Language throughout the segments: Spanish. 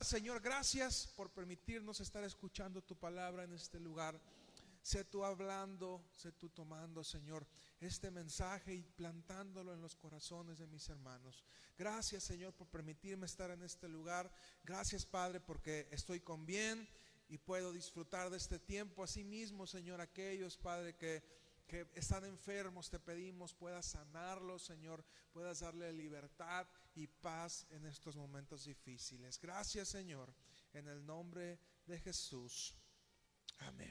Señor, gracias por permitirnos estar escuchando tu palabra en este lugar. Sé tú hablando, sé tú tomando, Señor, este mensaje y plantándolo en los corazones de mis hermanos. Gracias, Señor, por permitirme estar en este lugar. Gracias, Padre, porque estoy con bien y puedo disfrutar de este tiempo. Asimismo, Señor, aquellos, Padre, que están enfermos, te pedimos puedas sanarlos, Señor, puedas darle libertad y paz en estos momentos difíciles. Gracias, Señor, en el nombre de Jesús. Amén.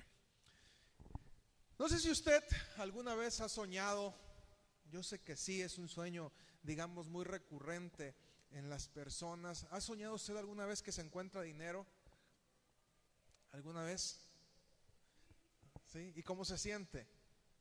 No sé si usted alguna vez ha soñado, yo sé que sí, es un sueño, digamos, muy recurrente en las personas. ¿Ha soñado usted alguna vez que se encuentra dinero? ¿Alguna vez? ¿Sí? ¿Y cómo se siente?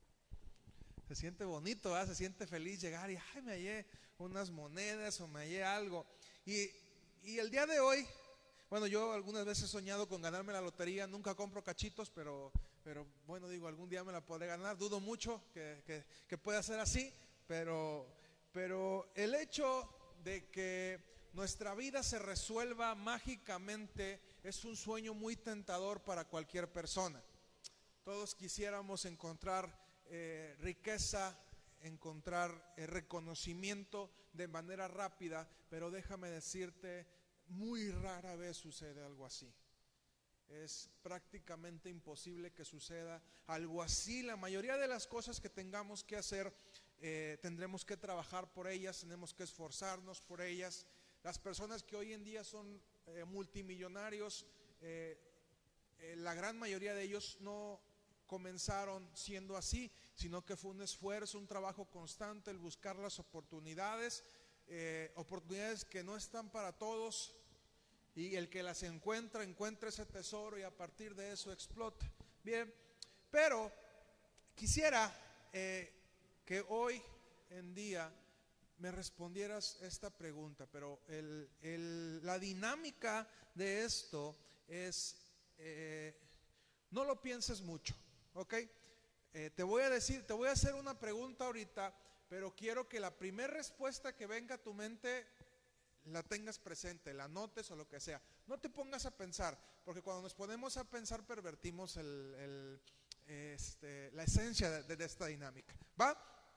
Se siente bonito, ¿verdad? Se siente feliz llegar y ay, me hallé unas monedas o me hallé algo. Y el día de hoy, bueno, yo algunas veces he soñado con ganarme la lotería. Nunca compro cachitos, pero bueno, digo, algún día me la podré ganar. Dudo mucho que pueda ser así, pero el hecho de que nuestra vida se resuelva mágicamente es un sueño muy tentador para cualquier persona. Todos quisiéramos encontrar riqueza, encontrar reconocimiento de manera rápida, pero déjame decirte, muy rara vez sucede algo así. Es prácticamente imposible que suceda algo así. La mayoría de las cosas que tengamos que hacer, tendremos que trabajar por ellas, tenemos que esforzarnos por ellas. Las personas que hoy en día son multimillonarios, la gran mayoría de ellos no comenzaron siendo así, sino que fue un esfuerzo, un trabajo constante, el buscar las oportunidades, oportunidades que no están para todos, y el que las encuentra ese tesoro y a partir de eso explota. Bien, pero quisiera que hoy en día me respondieras esta pregunta, pero la dinámica de esto es, no lo pienses mucho, ¿ok? Te voy a hacer una pregunta ahorita, pero quiero que la primera respuesta que venga a tu mente la tengas presente, la anotes o lo que sea. No te pongas a pensar, porque cuando nos ponemos a pensar pervertimos la esencia de esta dinámica. ¿Va?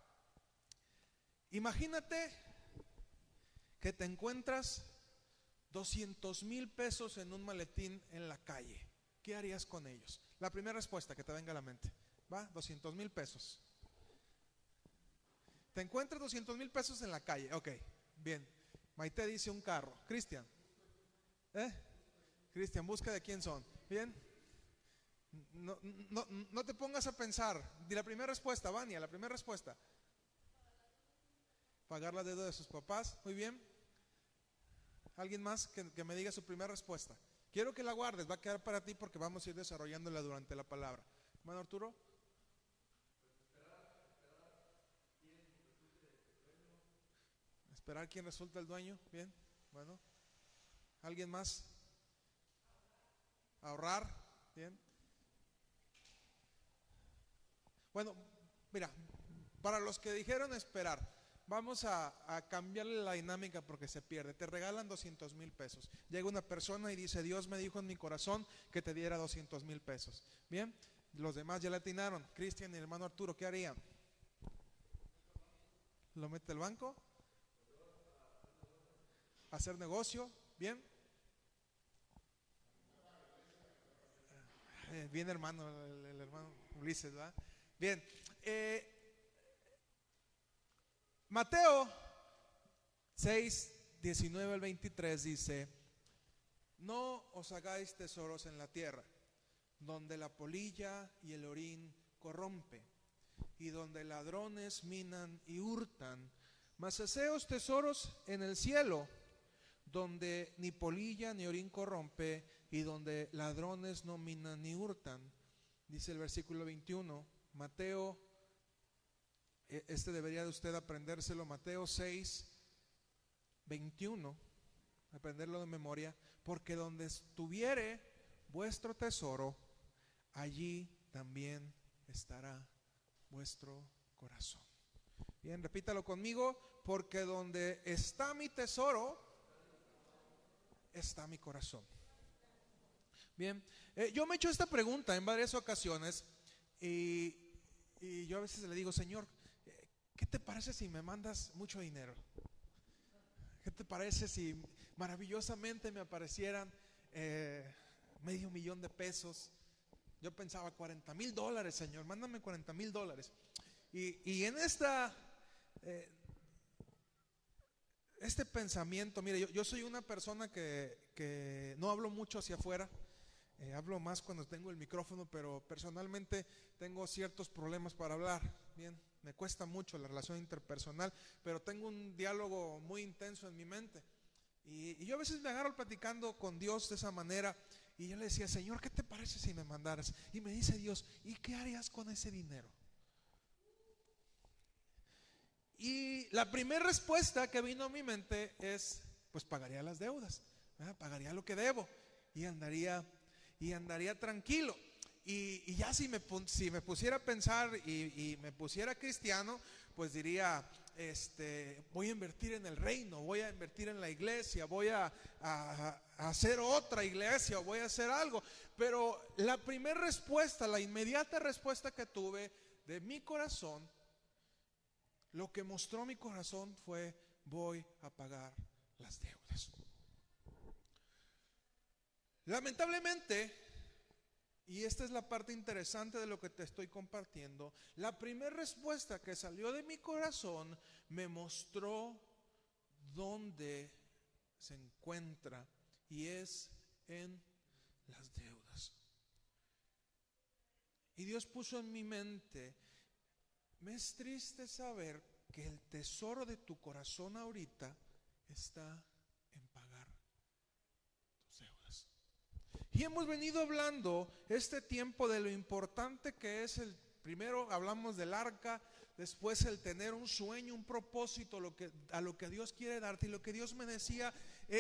Imagínate que te encuentras 200,000 pesos en un maletín en la calle. ¿Qué harías con ellos? La primera respuesta que te venga a la mente. ¿Va? 200,000 pesos. Te encuentras 200,000 pesos en la calle. Ok, bien. Maite dice un carro. Cristian, Cristian, busca de quién son. Bien. No te pongas a pensar. Di la primera respuesta, Vania, la primera respuesta. Pagar la deuda de sus papás. Muy bien. ¿Alguien más que me diga su primera respuesta? Quiero que la guardes, va a quedar para ti porque vamos a ir desarrollándola durante la palabra. Hermano Arturo. Esperar quién resulta el dueño. Bien, bueno. ¿Alguien más? Ahorrar. Bien. Bueno, mira, para los que dijeron esperar, vamos a cambiarle la dinámica porque se pierde. Te regalan 200,000 pesos. Llega una persona y dice, Dios me dijo en mi corazón que te diera 200,000 pesos. Bien, los demás ya le atinaron. Cristian y el hermano Arturo, ¿qué harían? ¿Lo mete al banco? ¿Hacer negocio? Bien. Bien, hermano, el hermano Ulises, ¿verdad? Bien. Mateo 6, 19 al 23 dice: no os hagáis tesoros en la tierra, donde la polilla y el orín corrompe, y donde ladrones minan y hurtan, mas haceos tesoros en el cielo, donde ni polilla ni orín corrompe, y donde ladrones no minan ni hurtan. Dice el versículo 21, Mateo, debería de usted aprendérselo, Mateo 6, 21, aprenderlo de memoria, porque donde estuviere vuestro tesoro, allí también estará vuestro corazón. Bien, repítalo conmigo, porque donde está mi tesoro, está mi corazón? Bien, yo me he hecho esta pregunta en varias ocasiones y, y yo a veces le digo, Señor, ¿qué te parece si me mandas mucho dinero? ¿Qué te parece si maravillosamente me aparecieran $500,000? Yo pensaba $40,000, Señor, mándame $40,000. Y en este pensamiento, mire, yo soy una persona que no hablo mucho hacia afuera, hablo más cuando tengo el micrófono, pero personalmente tengo ciertos problemas para hablar. Bien, me cuesta mucho la relación interpersonal, pero tengo un diálogo muy intenso en mi mente. Y yo a veces me agarro platicando con Dios de esa manera. Y yo le decía, Señor, ¿qué te parece si me mandaras? Y me dice Dios, ¿y qué harías con ese dinero? Y la primera respuesta que vino a mi mente es, pues pagaría las deudas, ¿verdad? Pagaría lo que debo y andaría tranquilo. Y ya si me pusiera a pensar y me pusiera cristiano, pues diría, voy a invertir en el reino, voy a invertir en la iglesia, voy a hacer otra iglesia, voy a hacer algo. Pero la primera respuesta, la inmediata respuesta que tuve de mi corazón, lo que mostró mi corazón fue, voy a pagar las deudas. Lamentablemente, y esta es la parte interesante de lo que te estoy compartiendo, la primera respuesta que salió de mi corazón me mostró dónde se encuentra, y es en las deudas. Y Dios puso en mi mente, me es triste saber que el tesoro de tu corazón ahorita está en pagar tus deudas. Y hemos venido hablando este tiempo de lo importante que es primero hablamos del arca, después el tener un sueño, un propósito, a lo que Dios quiere darte. Y lo que Dios me decía,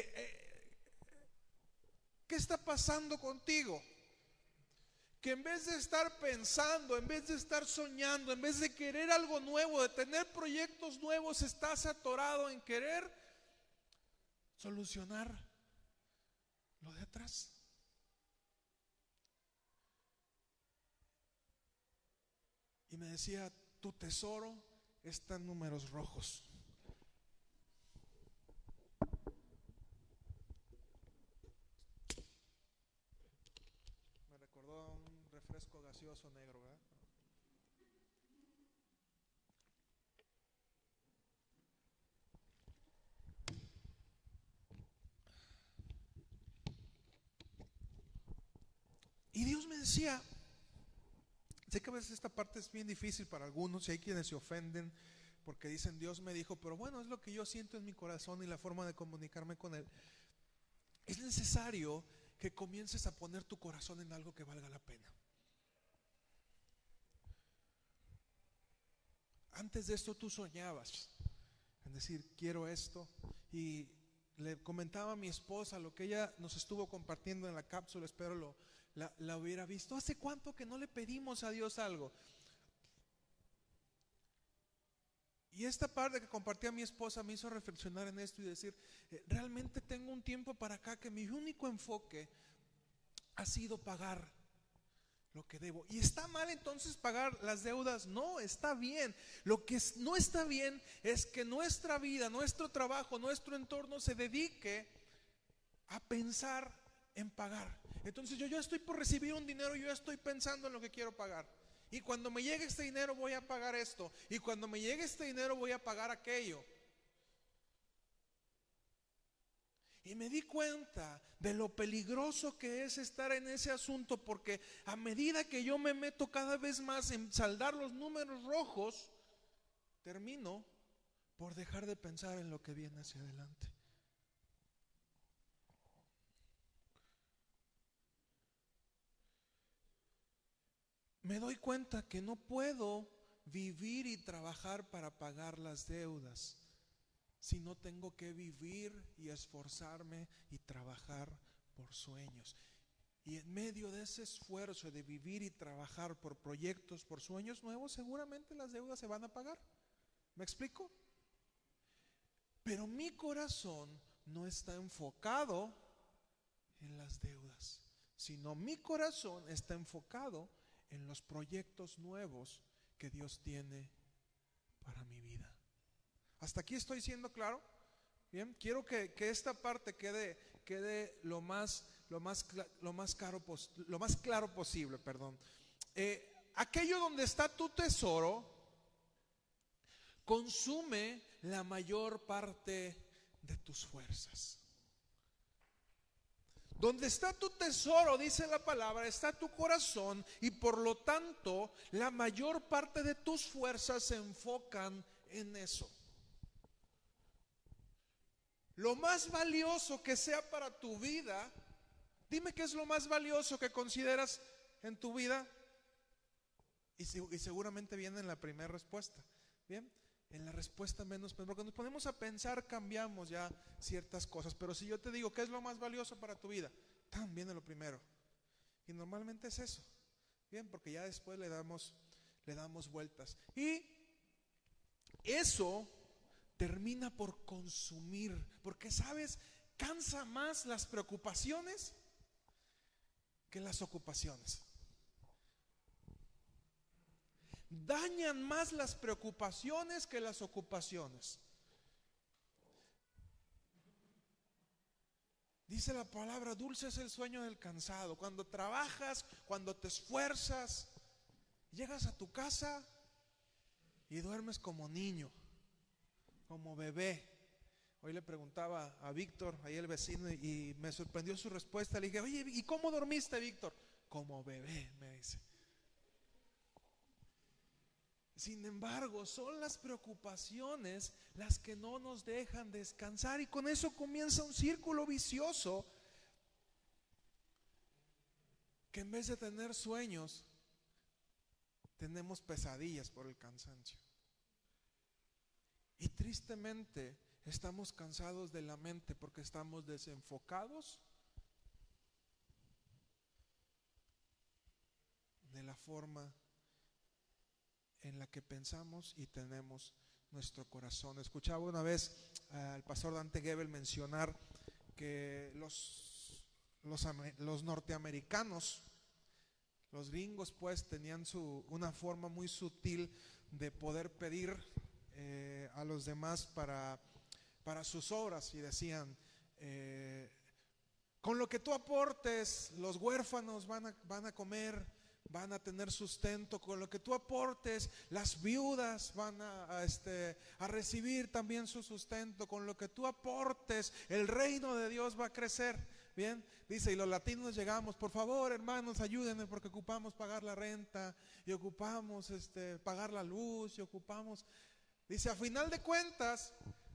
¿qué está pasando contigo? Que en vez de estar pensando, en vez de estar soñando, en vez de querer algo nuevo, de tener proyectos nuevos, estás atorado en querer solucionar lo de atrás. Y me decía, tu tesoro está en números rojos. Me recordó a un refresco gaseoso negro, ¿verdad? Y Dios me decía, sé que a veces esta parte es bien difícil para algunos y hay quienes se ofenden porque dicen Dios me dijo, pero bueno, es lo que yo siento en mi corazón y la forma de comunicarme con Él. Es necesario que comiences a poner tu corazón en algo que valga la pena. Antes de esto tú soñabas en decir, quiero esto, y le comentaba a mi esposa lo que ella nos estuvo compartiendo en la cápsula, espero la hubiera visto. ¿Hace cuánto que no le pedimos a Dios algo? Y esta parte que compartí a mi esposa me hizo reflexionar en esto y decir, realmente tengo un tiempo para acá que mi único enfoque ha sido pagar lo que debo. ¿Y está mal entonces pagar las deudas? No, está bien. Lo que no está bien es que nuestra vida, nuestro trabajo, nuestro entorno se dedique a pensar en pagar. Entonces yo ya estoy por recibir un dinero, yo ya estoy pensando en lo que quiero pagar. Y cuando me llegue este dinero voy a pagar esto. Y cuando me llegue este dinero voy a pagar aquello. Y me di cuenta de lo peligroso que es estar en ese asunto, porque a medida que yo me meto cada vez más en saldar los números rojos, termino por dejar de pensar en lo que viene hacia adelante. Me doy cuenta que no puedo vivir y trabajar para pagar las deudas, si no tengo que vivir y esforzarme y trabajar por sueños. Y en medio de ese esfuerzo de vivir y trabajar por proyectos, por sueños nuevos, seguramente las deudas se van a pagar. ¿Me explico? Pero mi corazón no está enfocado en las deudas, sino mi corazón está enfocado en los proyectos nuevos que Dios tiene para mi vida. ¿Hasta aquí estoy siendo claro? Bien, quiero que esta parte quede lo más claro posible, perdón. Aquello donde está tu tesoro consume la mayor parte de tus fuerzas. Donde está tu tesoro, dice la palabra, está tu corazón, y por lo tanto la mayor parte de tus fuerzas se enfocan en eso. Lo más valioso que sea para tu vida, dime qué es lo más valioso que consideras en tu vida, y seguramente viene en la primera respuesta. Bien, en la respuesta menos, porque cuando nos ponemos a pensar cambiamos ya ciertas cosas. Pero si yo te digo qué es lo más valioso para tu vida, también viene lo primero, y normalmente es eso. Bien, porque ya después le damos vueltas, y eso termina por consumir, porque sabes, cansa más las preocupaciones que las ocupaciones. Dañan más las preocupaciones que las ocupaciones. Dice la palabra, dulce es el sueño del cansado. Cuando trabajas, cuando te esfuerzas, llegas a tu casa y duermes como niño, como bebé. Hoy le preguntaba a Víctor, ahí el vecino, y me sorprendió su respuesta. Le dije, oye, ¿y cómo dormiste, Víctor? Como bebé, me dice. Sin embargo, son las preocupaciones las que no nos dejan descansar, y con eso comienza un círculo vicioso, que en vez de tener sueños, tenemos pesadillas por el cansancio. Y tristemente estamos cansados de la mente porque estamos desenfocados de la forma en la que pensamos y tenemos nuestro corazón. Escuchaba una vez al pastor Dante Gebel mencionar que los norteamericanos, los gringos, pues tenían una forma muy sutil de poder pedir a los demás para sus obras, y decían, con lo que tú aportes, los huérfanos van a comer, van a tener sustento. Con lo que tú aportes, las viudas van a recibir también su sustento. Con lo que tú aportes, el reino de Dios va a crecer. Bien, dice, y los latinos llegamos, por favor, hermanos, ayúdenme porque ocupamos pagar la renta, y ocupamos pagar la luz, y ocupamos. Dice, a final de cuentas,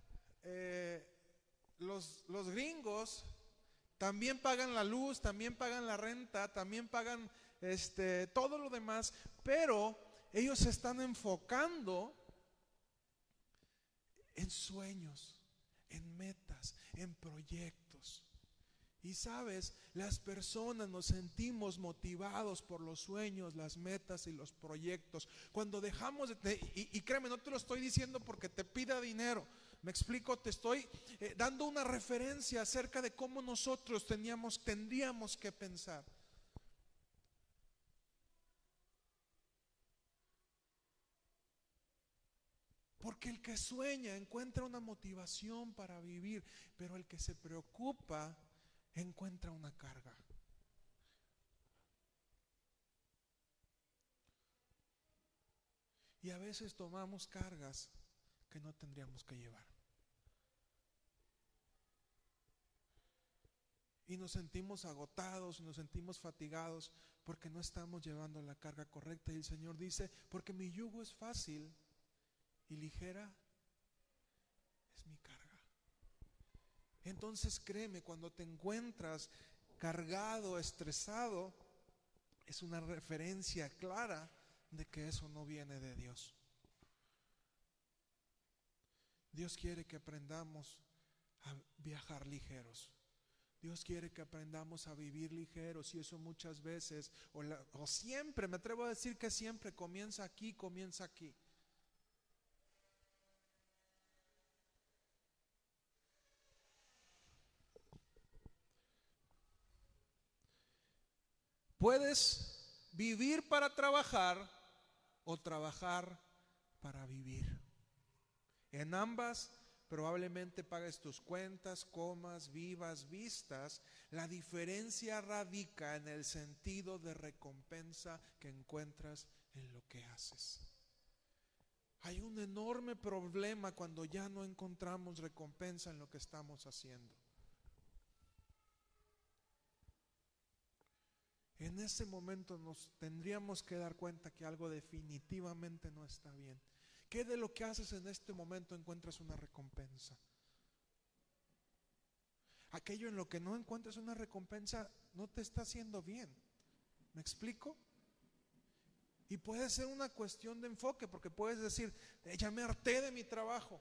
los gringos también pagan la luz, también pagan la renta, también pagan todo lo demás, pero ellos se están enfocando en sueños, en metas, en proyectos. Y sabes, las personas nos sentimos motivados por los sueños, las metas y los proyectos cuando dejamos y créeme, no te lo estoy diciendo porque te pida dinero. Me explico, te estoy dando una referencia acerca de cómo nosotros tendríamos que pensar. Porque el que sueña encuentra una motivación para vivir, pero el que se preocupa encuentra una carga. Y a veces tomamos cargas que no tendríamos que llevar. Y nos sentimos agotados, nos sentimos fatigados porque no estamos llevando la carga correcta. Y el Señor dice, porque mi yugo es fácil y ligera es mi carga. Entonces créeme, cuando te encuentras cargado, estresado, es una referencia clara de que eso no viene de Dios. Dios quiere que aprendamos a viajar ligeros. Dios quiere que aprendamos a vivir ligeros, y eso muchas veces, o siempre, me atrevo a decir que siempre comienza aquí. Puedes vivir para trabajar o trabajar para vivir. En ambas probablemente pagues tus cuentas, comas, vivas, vistas. La diferencia radica en el sentido de recompensa que encuentras en lo que haces. Hay un enorme problema cuando ya no encontramos recompensa en lo que estamos haciendo. En ese momento nos tendríamos que dar cuenta que algo definitivamente no está bien. ¿Qué de lo que haces en este momento encuentras una recompensa? Aquello en lo que no encuentras una recompensa no te está haciendo bien. ¿Me explico? Y puede ser una cuestión de enfoque, porque puedes decir, ya me harté de mi trabajo.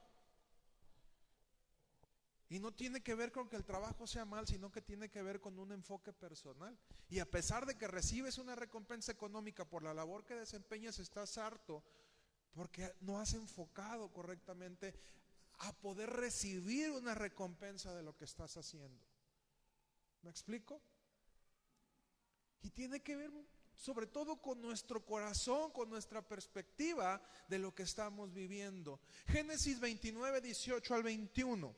Y no tiene que ver con que el trabajo sea mal, sino que tiene que ver con un enfoque personal. Y a pesar de que recibes una recompensa económica por la labor que desempeñas, estás harto porque no has enfocado correctamente a poder recibir una recompensa de lo que estás haciendo. ¿Me explico? Y tiene que ver sobre todo con nuestro corazón, con nuestra perspectiva de lo que estamos viviendo. Génesis 29, 18 al 21.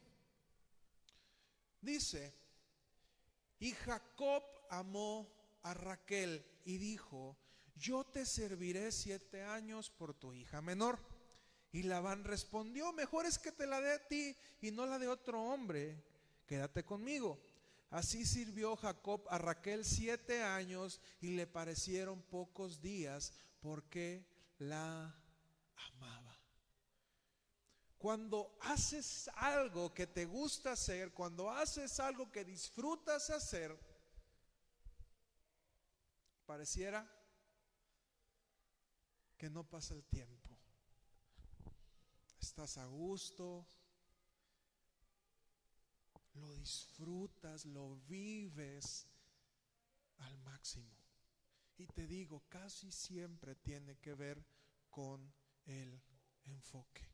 Dice: y Jacob amó a Raquel y dijo: yo te serviré 7 años por tu hija menor. Y Labán respondió: mejor es que te la dé a ti y no la de otro hombre, quédate conmigo. Así sirvió Jacob a Raquel 7 años y le parecieron pocos días porque la amaba. Cuando haces algo que te gusta hacer, cuando haces algo que disfrutas hacer, pareciera que no pasa el tiempo. Estás a gusto, lo disfrutas, lo vives al máximo. Y te digo, casi siempre tiene que ver con el enfoque.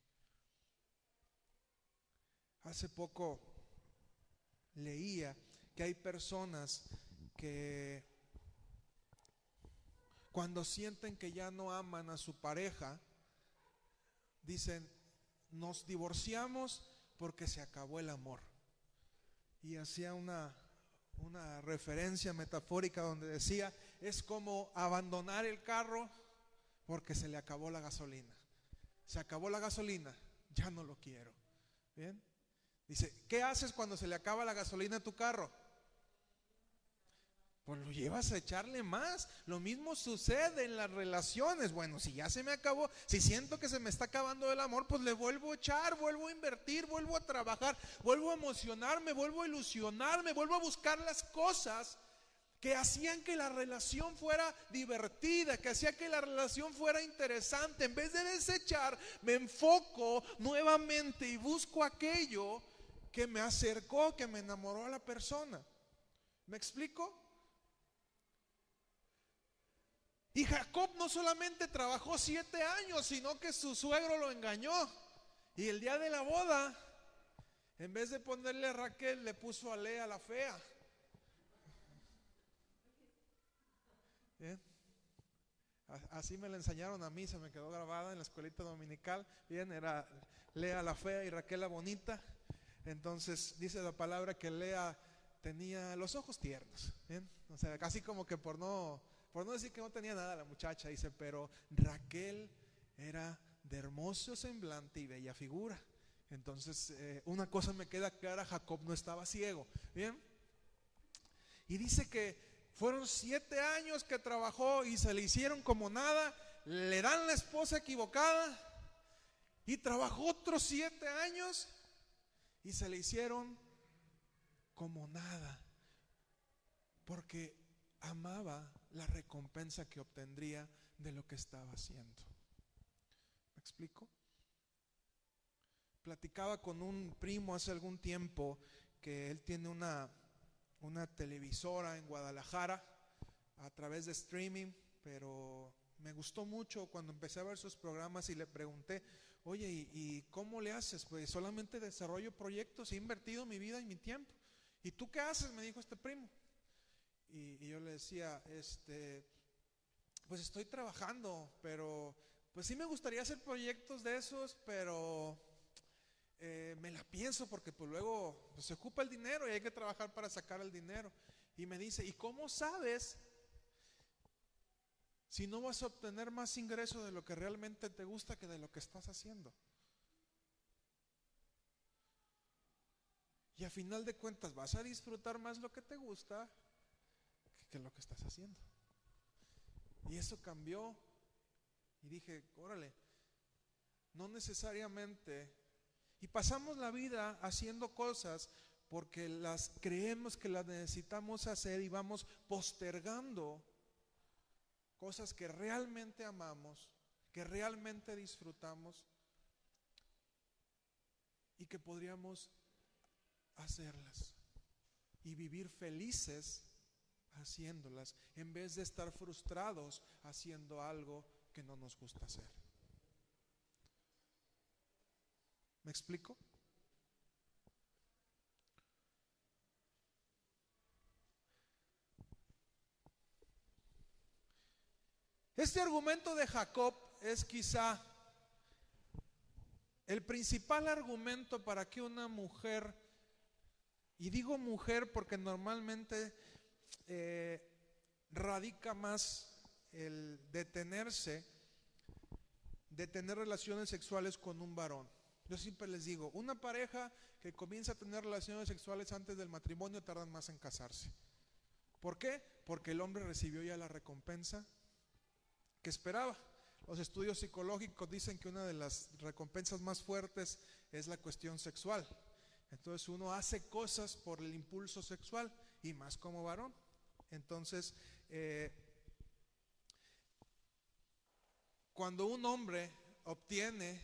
Hace poco leía que hay personas que cuando sienten que ya no aman a su pareja, dicen: nos divorciamos porque se acabó el amor. Y hacía una referencia metafórica donde decía: es como abandonar el carro porque se le acabó la gasolina. Se acabó la gasolina, ya no lo quiero. ¿Bien? Dice: ¿qué haces cuando se le acaba la gasolina a tu carro? Pues lo llevas a echarle más. Lo mismo sucede en las relaciones. Bueno, si ya se me acabó, si siento que se me está acabando el amor, pues le vuelvo a echar, vuelvo a invertir, vuelvo a trabajar, vuelvo a emocionarme, vuelvo a ilusionarme, vuelvo a buscar las cosas que hacían que la relación fuera divertida, que hacía que la relación fuera interesante. En vez de desechar, me enfoco nuevamente y busco aquello que me acercó, que me enamoró a la persona. ¿Me explico? Y Jacob no solamente trabajó 7 años, sino que su suegro lo engañó. Y el día de la boda, en vez de ponerle a Raquel, le puso a Lea, la fea. ¿Bien? Así me la enseñaron a mí, se me quedó grabada en la escuelita dominical. Bien, era Lea la fea y Raquel la bonita. Entonces dice la palabra que Lea tenía los ojos tiernos. Bien, o sea, casi como que por no decir que no tenía nada la muchacha, dice, pero Raquel era de hermoso semblante y bella figura. Entonces, una cosa me queda clara: Jacob no estaba ciego. Bien, y dice que fueron 7 años que trabajó y se le hicieron como nada. Le dan la esposa equivocada y trabajó otros 7 años y se le hicieron como nada, porque amaba la recompensa que obtendría de lo que estaba haciendo. ¿Me explico? Platicaba con un primo hace algún tiempo que él tiene una televisora en Guadalajara a través de streaming, pero me gustó mucho cuando empecé a ver sus programas y le pregunté: oye, ¿y cómo le haces? Pues solamente desarrollo proyectos, he invertido mi vida y mi tiempo. ¿Y tú qué haces?, me dijo este primo. y yo le decía, pues estoy trabajando, pero pues sí me gustaría hacer proyectos de esos, pero me la pienso porque pues luego pues, se ocupa el dinero y hay que trabajar para sacar el dinero. Y me dice, ¿y cómo sabes si no vas a obtener más ingreso de lo que realmente te gusta que de lo que estás haciendo? Y a final de cuentas vas a disfrutar más lo que te gusta que lo que estás haciendo. Y eso cambió. Y dije, órale, no necesariamente. Y pasamos la vida haciendo cosas porque las creemos que las necesitamos hacer y vamos postergando cosas que realmente amamos, que realmente disfrutamos y que podríamos hacerlas y vivir felices haciéndolas en vez de estar frustrados haciendo algo que no nos gusta hacer. ¿Me explico? Este argumento de Jacob es quizá el principal argumento para que una mujer, y digo mujer porque normalmente radica más el detenerse de tener relaciones sexuales con un varón. Yo siempre les digo, una pareja que comienza a tener relaciones sexuales antes del matrimonio tardan más en casarse. ¿Por qué? Porque el hombre recibió ya la recompensa que esperaba. Los estudios psicológicos dicen que una de las recompensas más fuertes es la cuestión sexual. Entonces uno hace cosas por el impulso sexual y más como varón. Entonces, cuando un hombre obtiene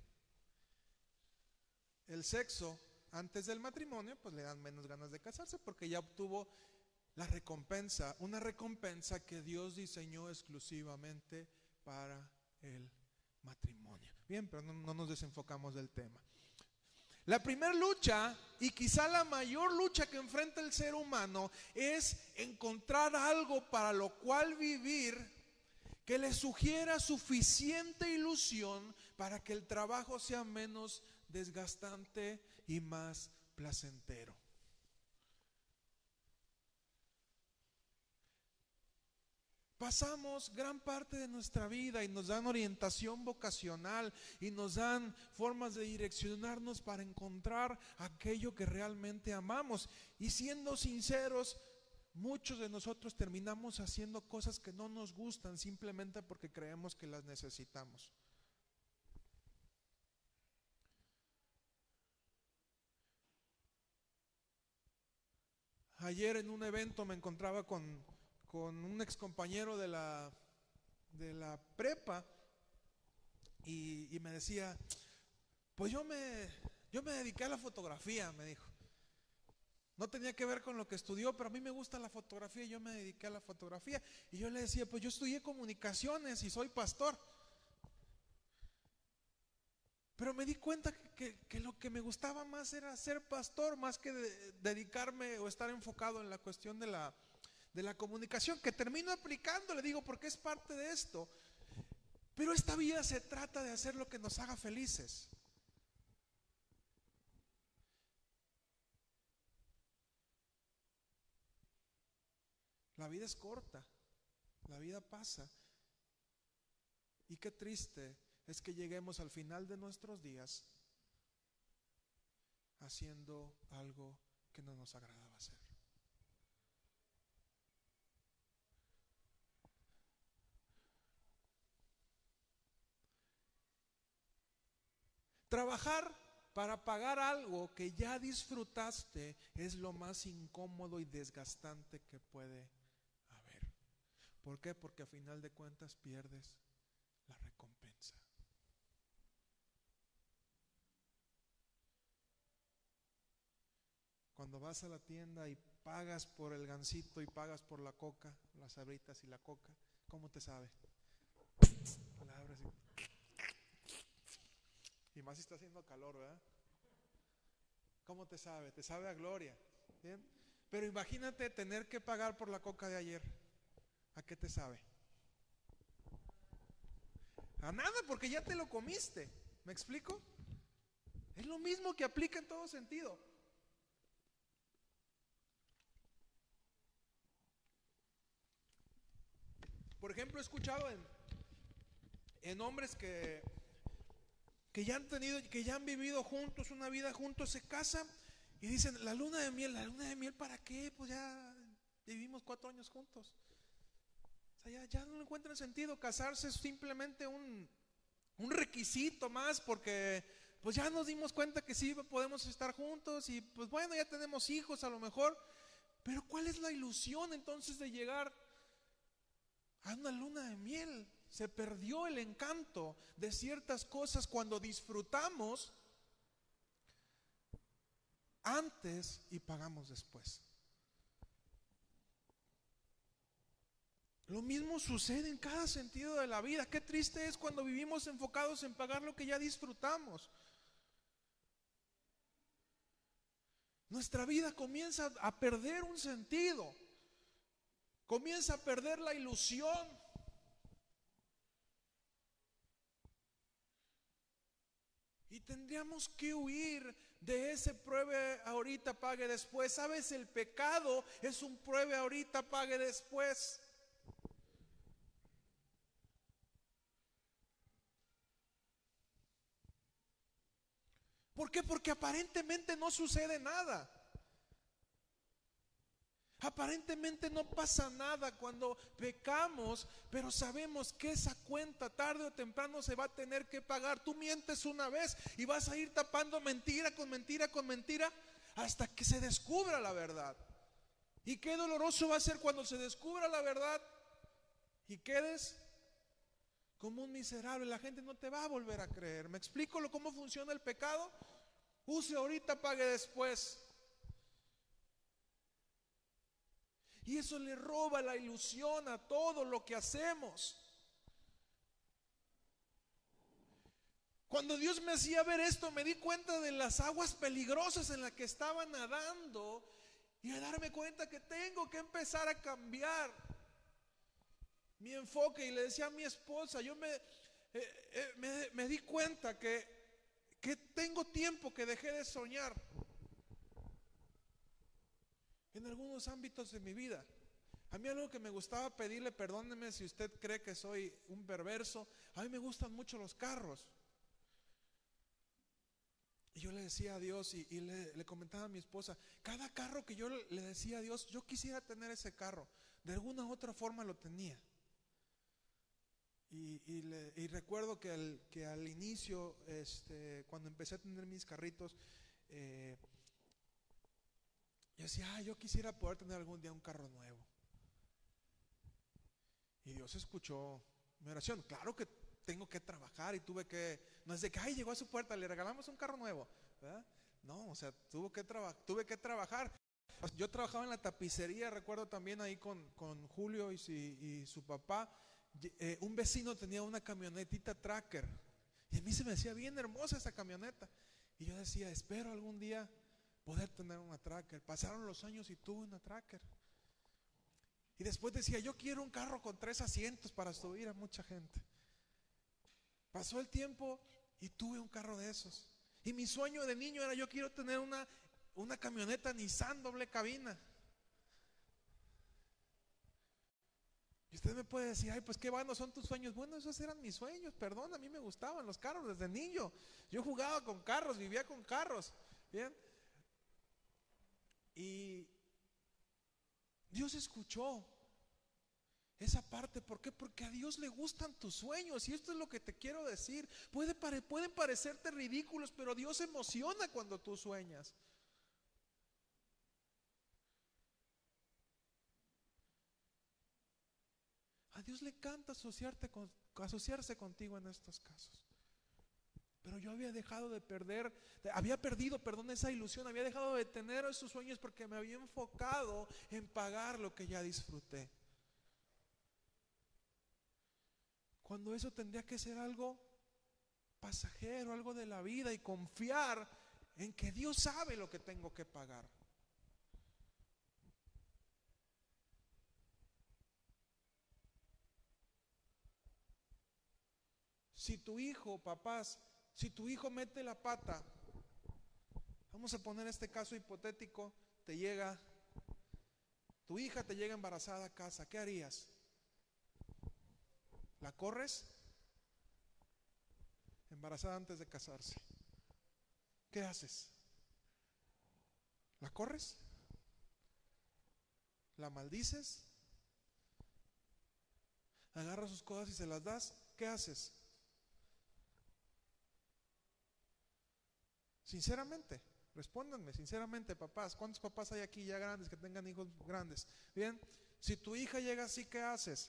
el sexo antes del matrimonio, pues le dan menos ganas de casarse porque ya obtuvo la recompensa, una recompensa que Dios diseñó exclusivamente para el matrimonio. Bien, pero no nos desenfocamos del tema. La primera lucha, y quizá la mayor lucha que enfrenta el ser humano, es encontrar algo para lo cual vivir que le sugiera suficiente ilusión para que el trabajo sea menos desgastante y más placentero. Pasamos gran parte de nuestra vida y nos dan orientación vocacional y nos dan formas de direccionarnos para encontrar aquello que realmente amamos. Y siendo sinceros, muchos de nosotros terminamos haciendo cosas que no nos gustan simplemente porque creemos que las necesitamos. Ayer en un evento me encontraba con un ex compañero de la prepa y me decía, pues yo me dediqué a la fotografía, me dijo. No tenía que ver con lo que estudió, pero a mí me gusta la fotografía y yo me dediqué a la fotografía. Y yo le decía, pues yo estudié comunicaciones y soy pastor. Pero me di cuenta que lo que me gustaba más era ser pastor, más que dedicarme o estar enfocado en la cuestión de la comunicación, que termino aplicando, le digo, porque es parte de esto. Pero esta vida se trata de hacer lo que nos haga felices. La vida es corta, la vida pasa. Y qué triste es que lleguemos al final de nuestros días haciendo algo que no nos agradaba hacer. Trabajar para pagar algo que ya disfrutaste es lo más incómodo y desgastante que puede haber. ¿Por qué? Porque a final de cuentas pierdes la recompensa. Cuando vas a la tienda y pagas por el gansito y pagas por la coca, las sabritas y la coca, ¿cómo te sabe? La abres y más si está haciendo calor, ¿verdad? ¿Cómo te sabe? Te sabe a gloria. ¿Bien? Pero imagínate tener que pagar por la coca de ayer. ¿A qué te sabe? A nada, porque ya te lo comiste. ¿Me explico? Es lo mismo que aplica en todo sentido. Por ejemplo, he escuchado en hombres que ya han tenido, que ya han vivido juntos, una vida juntos, se casan y dicen, la luna de miel, ¿para qué? Pues ya vivimos 4 años juntos. O sea, ya no encuentran sentido. Casarse es simplemente un requisito más, porque pues ya nos dimos cuenta que sí podemos estar juntos y pues bueno, ya tenemos hijos a lo mejor. Pero ¿cuál es la ilusión entonces de llegar a una luna de miel? Se perdió el encanto de ciertas cosas cuando disfrutamos antes y pagamos después. Lo mismo sucede en cada sentido de la vida. Qué triste es cuando vivimos enfocados en pagar lo que ya disfrutamos. Nuestra vida comienza a perder un sentido, comienza a perder la ilusión. Y tendríamos que huir de ese pruebe ahorita, pague después. ¿Sabes? El pecado es un pruebe ahorita, pague después. ¿Por qué? Porque aparentemente no sucede nada. Aparentemente no pasa nada cuando pecamos, pero sabemos que esa cuenta tarde o temprano se va a tener que pagar. Tú mientes una vez y vas a ir tapando mentira con mentira con mentira hasta que se descubra la verdad. Y qué doloroso va a ser cuando se descubra la verdad y quedes como un miserable. La gente no te va a volver a creer. ¿Me explico cómo funciona el pecado? Use ahorita, pague después. Y eso le roba la ilusión a todo lo que hacemos. Cuando Dios me hacía ver esto, me di cuenta de las aguas peligrosas en las que estaba nadando y a darme cuenta que tengo que empezar a cambiar mi enfoque. Y le decía a mi esposa, yo me di cuenta que tengo tiempo que dejé de soñar en algunos ámbitos de mi vida. A mí algo que me gustaba pedirle, perdóneme si usted cree que soy un perverso, a mí me gustan mucho los carros. Y yo le decía a Dios y le comentaba a mi esposa, cada carro que yo le decía a Dios, yo quisiera tener ese carro. De alguna u otra forma lo tenía. Y recuerdo que al inicio, cuando empecé a tener mis carritos, yo decía, yo quisiera poder tener algún día un carro nuevo. Y Dios escuchó mi oración. Claro que tengo que trabajar y tuve que, no es de que, llegó a su puerta, le regalamos un carro nuevo, ¿verdad? No, o sea, tuve que trabajar. Yo trabajaba en la tapicería, recuerdo también ahí con Julio y su papá. Un vecino tenía una camionetita Tracker y a mí se me hacía bien hermosa esa camioneta. Y yo decía, espero algún día poder tener una Tracker. Pasaron los años y tuve una Tracker. Y después decía, yo quiero un carro con 3 asientos para subir a mucha gente. Pasó el tiempo y tuve un carro de esos. Y mi sueño de niño era, yo quiero tener una camioneta Nissan doble cabina. Y usted me puede decir, pues qué vanos son tus sueños. Bueno, esos eran mis sueños, perdón, a mí me gustaban los carros desde niño. Yo jugaba con carros, vivía con carros. Bien. Y Dios escuchó esa parte. ¿Por qué? Porque a Dios le gustan tus sueños. Y esto es lo que te quiero decir. Pueden parecerte ridículos, pero Dios se emociona cuando tú sueñas. A Dios le encanta asociarse contigo en estos casos. Pero yo había perdido esa ilusión, había dejado de tener esos sueños porque me había enfocado en pagar lo que ya disfruté. Cuando eso tendría que ser algo pasajero, algo de la vida, y confiar en que Dios sabe lo que tengo que pagar. Si tu hijo, papás, si tu hijo mete la pata, vamos a poner este caso hipotético, tu hija te llega embarazada a casa, ¿qué harías? ¿La corres? Embarazada antes de casarse. ¿Qué haces? ¿La corres? ¿La maldices? ¿Agarras sus cosas y se las das? ¿Qué haces? Sinceramente, respóndanme, sinceramente, papás. ¿Cuántos papás hay aquí ya grandes que tengan hijos grandes? Bien, si tu hija llega así, ¿qué haces?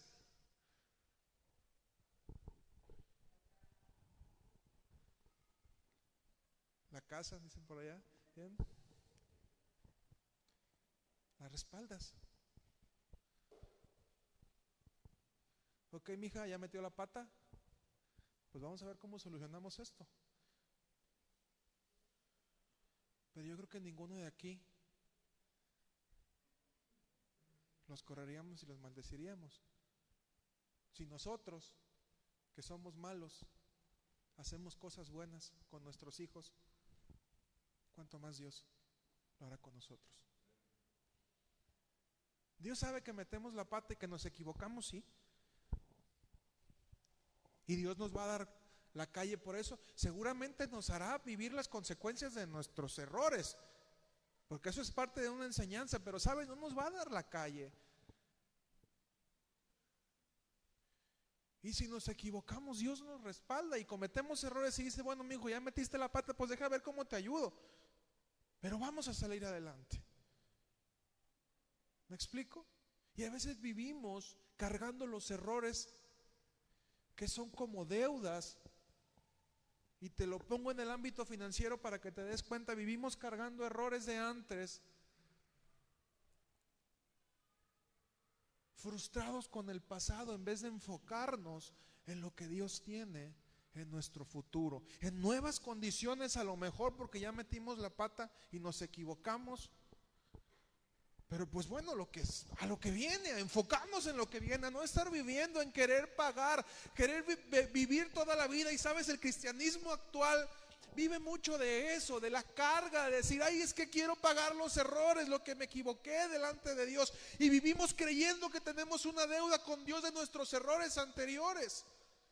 La casa, dicen por allá. Bien. La respaldas. Ok, mija, ya metió la pata. Pues vamos a ver cómo solucionamos esto. Pero yo creo que ninguno de aquí los correríamos y los maldeciríamos. Si nosotros, que somos malos, hacemos cosas buenas con nuestros hijos, ¿cuánto más Dios lo hará con nosotros? Dios sabe que metemos la pata y que nos equivocamos, sí. Y Dios nos va a dar la calle por eso. Seguramente nos hará vivir las consecuencias de nuestros errores, porque eso es parte de una enseñanza. Pero ¿saben? No nos va a dar la calle. Y si nos equivocamos, Dios nos respalda y cometemos errores y dice, bueno, mi hijo, ya metiste la pata, pues deja ver cómo te ayudo. Pero vamos a salir adelante. ¿Me explico? Y a veces vivimos cargando los errores que son como deudas. Y te lo pongo en el ámbito financiero para que te des cuenta. Vivimos cargando errores de antes, frustrados con el pasado, en vez de enfocarnos en lo que Dios tiene en nuestro futuro, en nuevas condiciones, a lo mejor porque ya metimos la pata y nos equivocamos. Pero pues bueno, a lo que viene, a enfocarnos en lo que viene, a no estar viviendo en querer pagar, querer vivir toda la vida. Y sabes, el cristianismo actual vive mucho de eso, de la carga, de decir, ay, es que quiero pagar los errores, lo que me equivoqué delante de Dios. Y vivimos creyendo que tenemos una deuda con Dios de nuestros errores anteriores.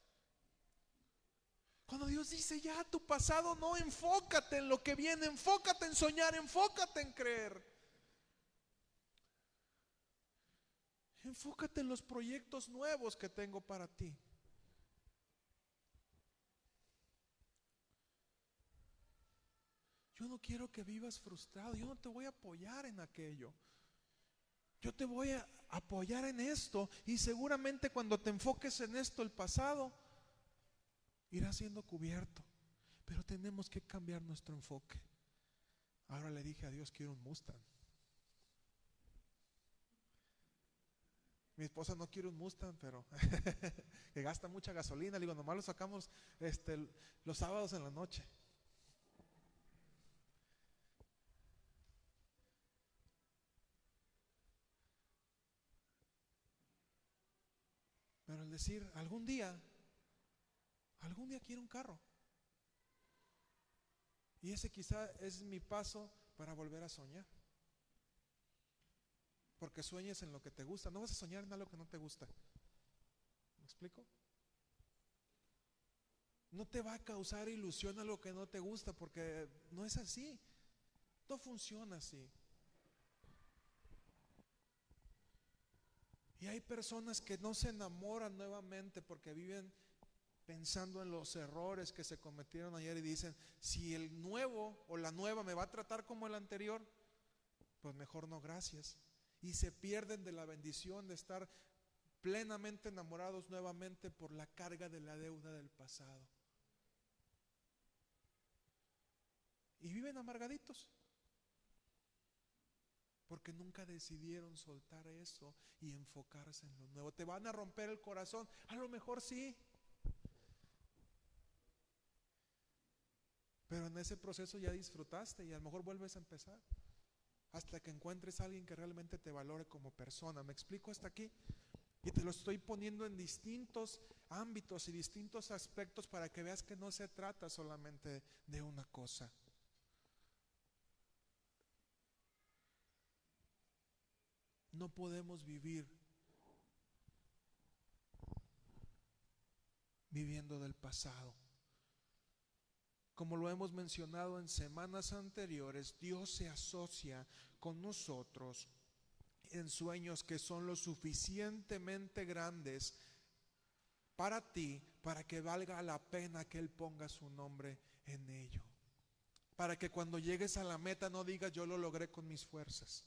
Cuando Dios dice, ya tu pasado no, enfócate en lo que viene, enfócate en soñar, enfócate en creer. Enfócate en los proyectos nuevos que tengo para ti. Yo no quiero que vivas frustrado. Yo no te voy a apoyar en aquello. Yo te voy a apoyar en esto. Y seguramente cuando te enfoques en esto, el pasado irá siendo cubierto. Pero tenemos que cambiar nuestro enfoque. Ahora le dije a Dios, quiero un Mustang. Mi esposa no quiere un Mustang, pero que gasta mucha gasolina. Le digo, nomás lo sacamos los sábados en la noche. Pero el decir, algún día quiero un carro. Y ese quizá es mi paso para volver a soñar. Porque sueñes en lo que te gusta. No vas a soñar en algo que no te gusta. ¿Me explico? No te va a causar ilusión algo que no te gusta, porque no es así. No funciona así. Y hay personas que no se enamoran nuevamente porque viven pensando en los errores que se cometieron ayer y dicen, si el nuevo o la nueva me va a tratar como el anterior, pues mejor no, gracias. Y se pierden de la bendición de estar plenamente enamorados nuevamente por la carga de la deuda del pasado. Y viven amargaditos porque nunca decidieron soltar eso y enfocarse en lo nuevo. ¿Te van a romper el corazón? A lo mejor sí. Pero en ese proceso ya disfrutaste y a lo mejor vuelves a empezar hasta que encuentres a alguien que realmente te valore como persona. ¿Me explico hasta aquí? Y te lo estoy poniendo en distintos ámbitos y distintos aspectos para que veas que no se trata solamente de una cosa. No podemos vivir viviendo del pasado. Como lo hemos mencionado en semanas anteriores, Dios se asocia con nosotros en sueños que son lo suficientemente grandes para ti, para que valga la pena que Él ponga su nombre en ello. Para que cuando llegues a la meta no digas yo lo logré con mis fuerzas,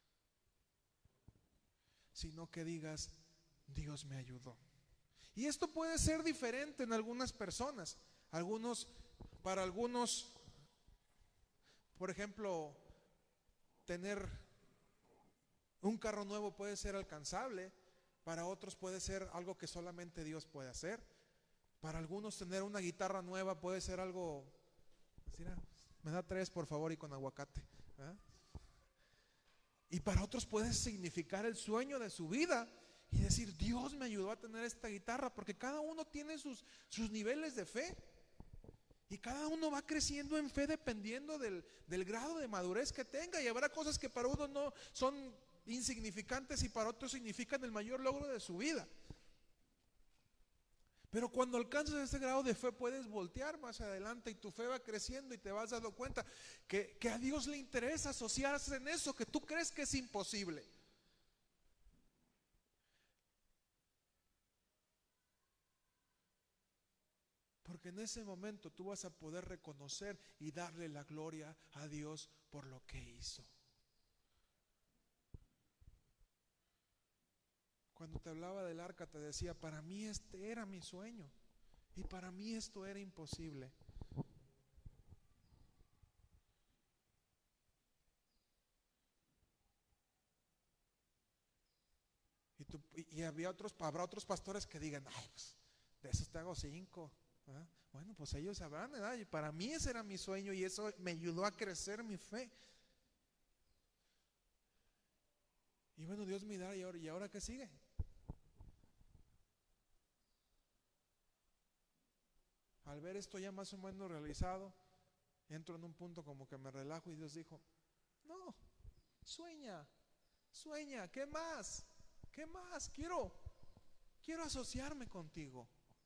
sino que digas Dios me ayudó. Y esto puede ser diferente en algunas personas. Para algunos, por ejemplo, tener un carro nuevo puede ser alcanzable. Para otros puede ser algo que solamente Dios puede hacer. Para algunos tener una guitarra nueva puede ser algo, me da 3 por favor y con aguacate, ¿verdad? Y para otros puede significar el sueño de su vida y decir Dios me ayudó a tener esta guitarra, porque cada uno tiene sus niveles de fe. Y cada uno va creciendo en fe dependiendo del grado de madurez que tenga. Y habrá cosas que para uno no son insignificantes y para otros significan el mayor logro de su vida. Pero cuando alcanzas ese grado de fe puedes voltear más adelante y tu fe va creciendo y te vas dando cuenta que a Dios le interesa asociarse en eso que tú crees que es imposible. Porque en ese momento tú vas a poder reconocer y darle la gloria a Dios por lo que hizo. Cuando te hablaba del arca te decía, para mí este era mi sueño y para mí esto era imposible. Y habrá otros pastores que digan, ay, pues, de esos te hago 5. ¿Ah? Bueno, pues ellos sabrán, ¿verdad? Y para mí ese era mi sueño y eso me ayudó a crecer mi fe. Y bueno, Dios me da, ¿y ahora qué sigue? Al ver esto ya más o menos realizado, entro en un punto como que me relajo y Dios dijo, no, sueña, ¿qué más? ¿Qué más? Quiero asociarme contigo.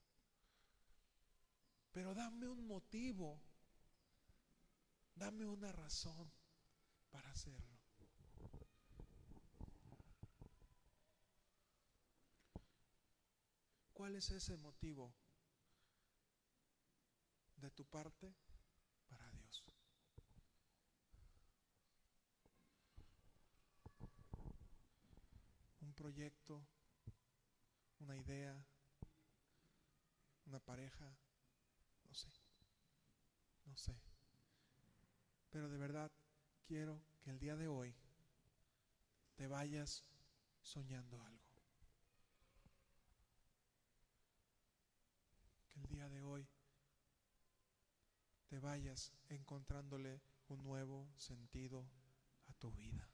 Pero dame un motivo, dame una razón para hacerlo. ¿Cuál es ese motivo de tu parte para Dios? Un proyecto, una idea, una pareja, no sé. Pero de verdad quiero que el día de hoy te vayas soñando algo. Que el día de hoy te vayas encontrándole un nuevo sentido a tu vida.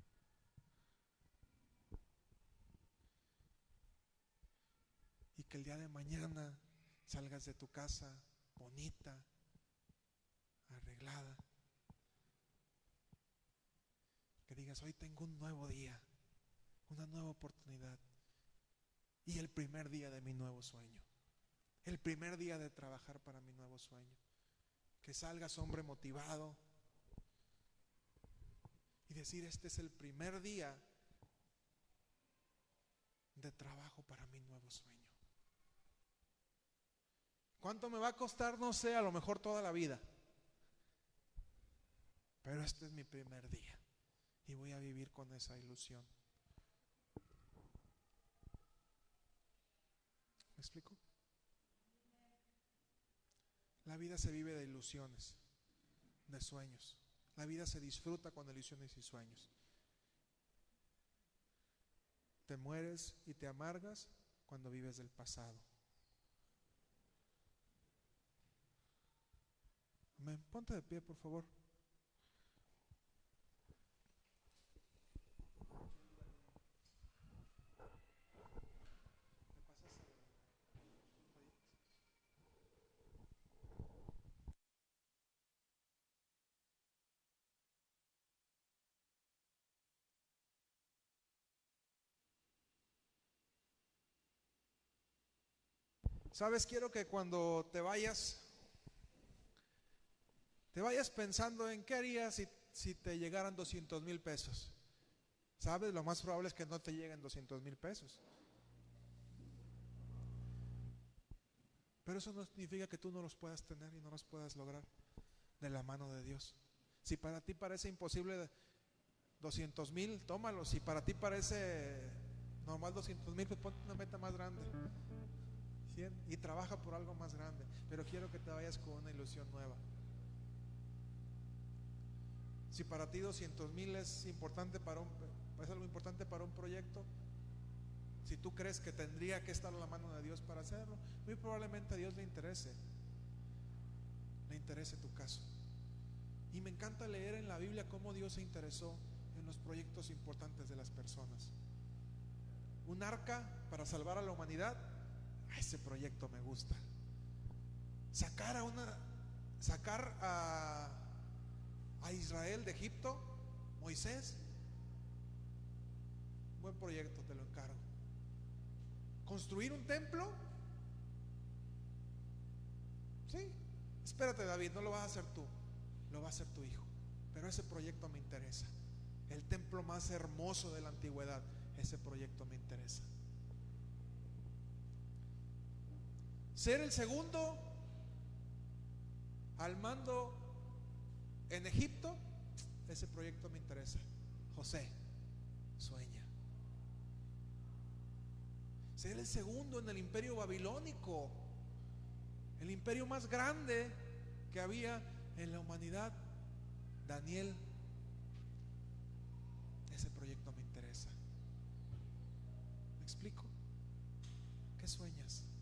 Y que el día de mañana salgas de tu casa bonita, arreglada. Que digas, hoy tengo un nuevo día, una nueva oportunidad. Y el primer día de mi nuevo sueño. El primer día de trabajar para mi nuevo sueño. Que salgas hombre motivado y decir, este es el primer día de trabajo para mi nuevo sueño. ¿Cuánto me va a costar? No sé, a lo mejor toda la vida. Pero este es mi primer día y voy a vivir con esa ilusión. ¿Me explico? La vida se vive de ilusiones, de sueños. La vida se disfruta con ilusiones y sueños. Te mueres y te amargas cuando vives del pasado. Amén. Ponte de pie, por favor. Sabes, quiero que cuando te vayas pensando en qué harías si te llegaran 200,000 pesos. Sabes, lo más probable es que no te lleguen 200,000 pesos. Pero eso no significa que tú no los puedas tener y no los puedas lograr de la mano de Dios. Si para ti parece imposible 200,000, tómalos. Si para ti parece normal 200,000, pues ponte una meta más grande. ¿Sí? Y trabaja por algo más grande. Pero quiero que te vayas con una ilusión nueva. Si para ti 200,000 es algo importante para un proyecto, si tú crees que tendría que estar en la mano de Dios para hacerlo, muy probablemente a Dios le interese tu caso. Y me encanta leer en la Biblia cómo Dios se interesó en los proyectos importantes de las personas. Un arca para salvar a la humanidad, ese proyecto me gusta. Sacar a Israel de Egipto, Moisés, buen proyecto, te lo encargo. Construir un templo, sí, espérate, David, no lo vas a hacer tú, lo va a hacer tu hijo, pero ese proyecto me interesa. El templo más hermoso de la antigüedad, ese proyecto me interesa. Ser el segundo al mando en Egipto, ese proyecto me interesa. José, sueña. Ser el segundo en el imperio babilónico, el imperio más grande que había en la humanidad. Daniel, ese proyecto me interesa. ¿Me explico? ¿Qué sueñas?